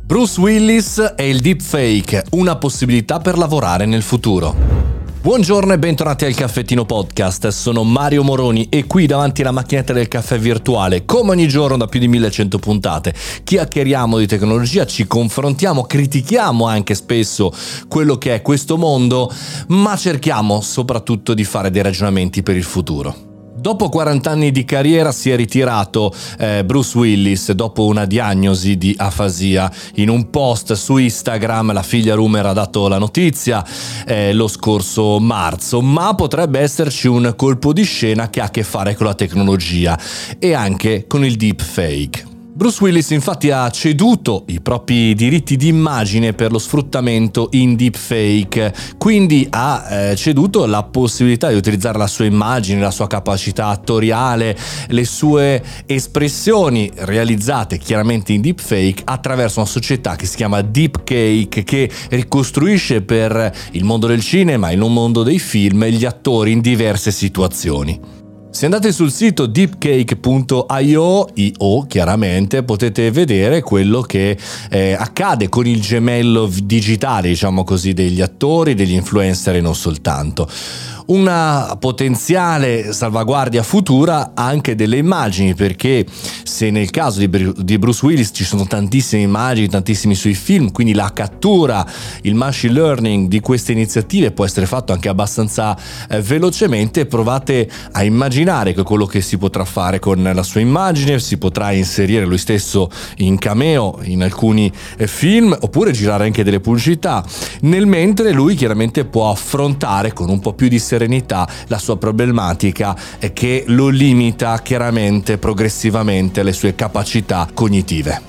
Bruce Willis e il deepfake, una possibilità per lavorare nel futuro. Buongiorno e bentornati al Caffettino Podcast, sono Mario Moroni e qui davanti alla macchinetta del caffè virtuale, come ogni giorno da più di 1100 puntate, chiacchieriamo di tecnologia, ci confrontiamo, critichiamo anche spesso quello che è questo mondo, ma cerchiamo soprattutto di fare dei ragionamenti per il futuro. Dopo 40 anni di carriera si è ritirato Bruce Willis dopo una diagnosi di afasia. In un post su Instagram la figlia Rumer ha dato la notizia lo scorso marzo, ma potrebbe esserci un colpo di scena che ha a che fare con la tecnologia e anche con il deepfake. Bruce Willis infatti ha ceduto i propri diritti di immagine per lo sfruttamento in deepfake, quindi ha ceduto la possibilità di utilizzare la sua immagine, la sua capacità attoriale, le sue espressioni realizzate chiaramente in deepfake attraverso una società che si chiama Deepcake, che ricostruisce per il mondo del cinema e il mondo dei film gli attori in diverse situazioni. Se andate sul sito deepcake.io, chiaramente, potete vedere quello che accade con il gemello digitale, diciamo così, degli attori, degli influencer e non soltanto. Una potenziale salvaguardia futura anche delle immagini, perché se nel caso di Bruce Willis ci sono tantissime immagini, tantissimi suoi film, quindi la cattura, il machine learning di queste iniziative può essere fatto anche abbastanza velocemente. Provate a immaginare che quello che si potrà fare con la sua immagine, si potrà inserire lui stesso in cameo in alcuni film oppure girare anche delle pubblicità, nel mentre lui chiaramente può affrontare con un po' più di serenità la sua problematica che lo limita chiaramente progressivamente le sue capacità cognitive.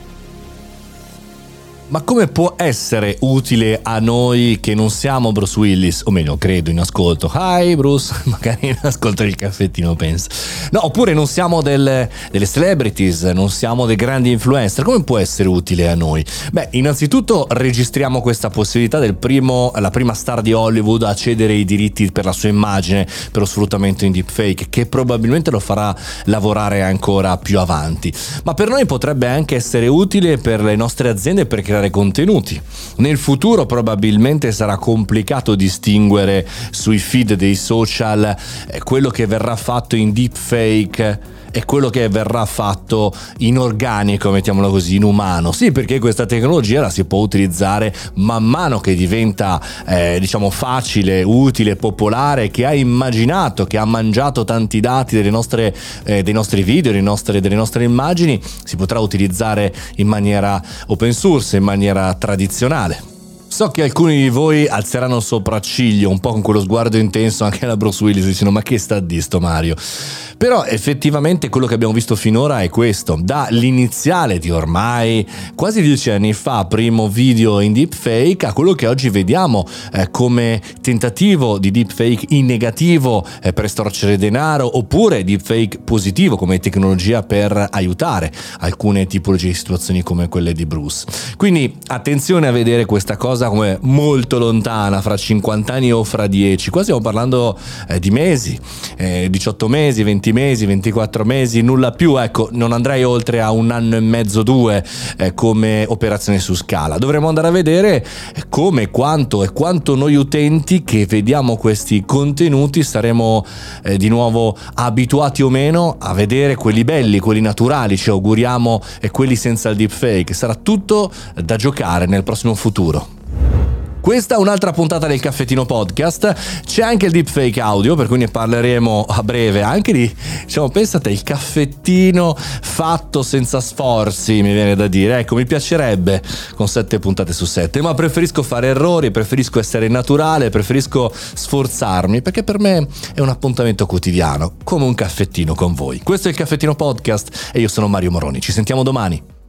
Ma come può essere utile a noi che non siamo Bruce Willis, o meglio, credo in ascolto, hi Bruce, magari in ascolto il caffettino pensa, no, oppure non siamo delle celebrities, non siamo dei grandi influencer, come può essere utile a noi? Beh, innanzitutto registriamo questa possibilità la prima star di Hollywood a cedere i diritti per la sua immagine, per lo sfruttamento in deepfake, che probabilmente lo farà lavorare ancora più avanti, ma per noi potrebbe anche essere utile per le nostre aziende per creare contenuti. Nel futuro probabilmente sarà complicato distinguere sui feed dei social quello che verrà fatto in deepfake e quello che verrà fatto in organico, mettiamolo così, in umano. Sì, perché questa tecnologia la si può utilizzare man mano che diventa facile, utile, popolare, che ha immaginato, che ha mangiato tanti dati dei nostri video, delle nostre immagini, si potrà utilizzare in maniera open source, in maniera tradizionale. So che alcuni di voi alzeranno il sopracciglio un po' con quello sguardo intenso anche alla Bruce Willis, dicendo ma che sta a dire sto Mario? Però effettivamente quello che abbiamo visto finora è questo, dall'iniziale di ormai quasi 10 anni fa, primo video in deepfake, a quello che oggi vediamo come tentativo di deepfake in negativo per estorcere denaro, oppure deepfake positivo come tecnologia per aiutare alcune tipologie di situazioni come quelle di Bruce. Quindi attenzione a vedere questa cosa come molto lontana, fra 50 anni o fra 10, qua stiamo parlando di mesi, 18 mesi, 20 mesi, 24 mesi, nulla più, ecco, non andrei oltre a 1 anno e mezzo, 2 come operazione su scala. Dovremo andare a vedere come, quanto noi utenti che vediamo questi contenuti saremo di nuovo abituati o meno a vedere quelli belli, quelli naturali, ci auguriamo, e quelli senza il deepfake. Sarà tutto da giocare nel prossimo futuro. Questa è un'altra puntata del Caffettino Podcast, c'è anche il deepfake audio, per cui ne parleremo a breve, anche di, pensate, il caffettino fatto senza sforzi, mi viene da dire, ecco, mi piacerebbe con 7 puntate su 7, ma preferisco fare errori, preferisco essere naturale, preferisco sforzarmi, perché per me è un appuntamento quotidiano, come un caffettino con voi. Questo è il Caffettino Podcast e io sono Mario Moroni, ci sentiamo domani.